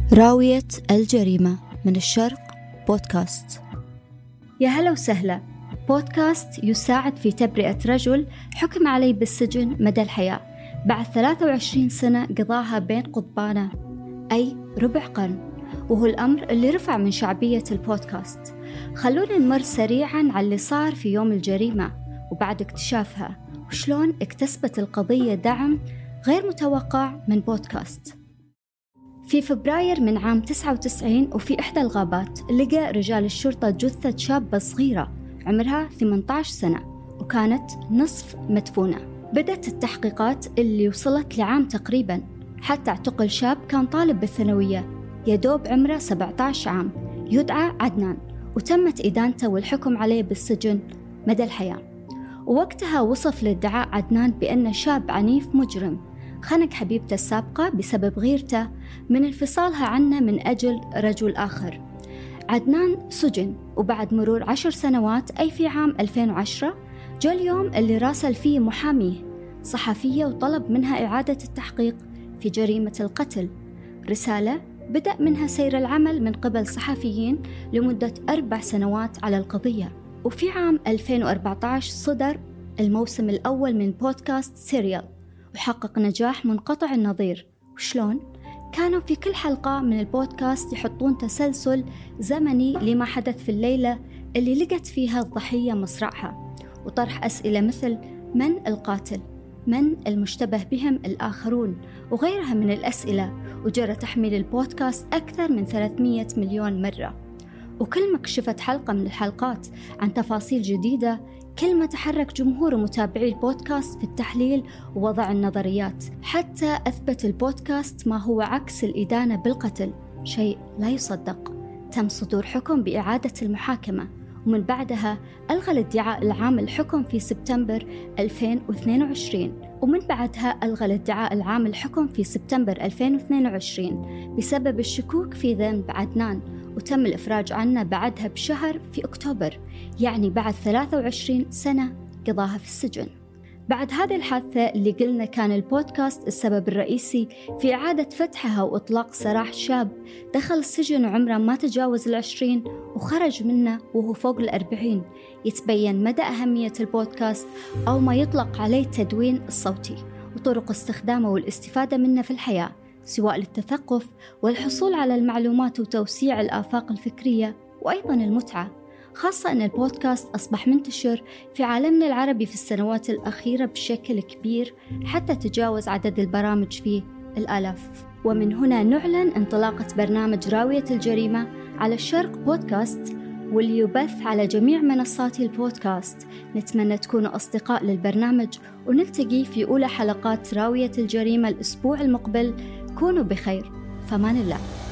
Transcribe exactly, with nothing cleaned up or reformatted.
راوية الجريمة من الشرق بودكاست. يا هلا وسهلا. بودكاست يساعد في تبرئة رجل حكم عليه بالسجن مدى الحياة بعد ثلاثة وعشرين سنة قضاها بين قضبانه، أي ربع قرن، وهو الأمر اللي رفع من شعبية البودكاست. خلونا نمر سريعاً على اللي صار في يوم الجريمة وبعد اكتشافها، وشلون اكتسبت القضية دعم غير متوقع من بودكاست. في فبراير من عام تسعة وتسعين، وفي إحدى الغابات لقى رجال الشرطة جثة شابة صغيرة عمرها ثمانية عشر سنة وكانت نصف مدفونة. بدأت التحقيقات اللي وصلت لعام تقريباً حتى اعتقل شاب كان طالب بالثانوية يدوب عمره سبعة عشر عام يدعى عدنان، وتمت إدانته والحكم عليه بالسجن مدى الحياة. ووقتها وصف لادعاء عدنان بأن شاب عنيف مجرم خنق حبيبته السابقة بسبب غيرته من انفصالها عنه من أجل رجل آخر. عدنان سجن، وبعد مرور عشر سنوات أي في عام ألفين وعشرة جاء اليوم اللي راسل فيه محاميه صحفية وطلب منها إعادة التحقيق في جريمة القتل. رسالة بدأ منها سير العمل من قبل صحفيين لمدة أربع سنوات على القضية. وفي عام ألفين وأربعة عشر صدر الموسم الأول من بودكاست سيريال وحقق نجاح منقطع النظير. وشلون؟ كانوا في كل حلقة من البودكاست يحطون تسلسل زمني لما حدث في الليلة اللي لقت فيها الضحية مصرعها، وطرح أسئلة مثل من القاتل؟ من المشتبه بهم الآخرون؟ وغيرها من الأسئلة. وجرى تحميل البودكاست أكثر من ثلاثمئة مليون مرة، وكل ما كشفت حلقة من الحلقات عن تفاصيل جديدة كل ما تحرك جمهور متابعي البودكاست في التحليل ووضع النظريات، حتى أثبت البودكاست ما هو عكس الإدانة بالقتل، شيء لا يصدق. تم صدور حكم بإعادة المحاكمة، ومن بعدها ألغى الادعاء العام الحكم في سبتمبر ألفين واثنين وعشرين، ومن بعدها ألغى الادعاء العام الحكم في سبتمبر ألفين واثنين وعشرين بسبب الشكوك في ذنب عدنان، وتم الإفراج عنه بعدها بشهر في أكتوبر، يعني بعد ثلاثة وعشرين سنة قضاها في السجن. بعد هذه الحادثة اللي قلنا كان البودكاست السبب الرئيسي في إعادة فتحها وإطلاق سراح شاب دخل السجن وعمره ما تجاوز العشرين وخرج منه وهو فوق الأربعين، يتبين مدى أهمية البودكاست أو ما يطلق عليه التدوين الصوتي وطرق استخدامه والاستفادة منه في الحياة، سواء للتثقف والحصول على المعلومات وتوسيع الآفاق الفكرية وأيضاً المتعة، خاصة أن البودكاست أصبح منتشر في عالمنا العربي في السنوات الأخيرة بشكل كبير حتى تجاوز عدد البرامج فيه الآلاف. ومن هنا نعلن انطلاقة برنامج راوية الجريمة على الشرق بودكاست، واللي يبث على جميع منصات البودكاست. نتمنى تكونوا أصدقاء للبرنامج ونلتقي في أولى حلقات راوية الجريمة الأسبوع المقبل. كونوا بخير، فمان الله.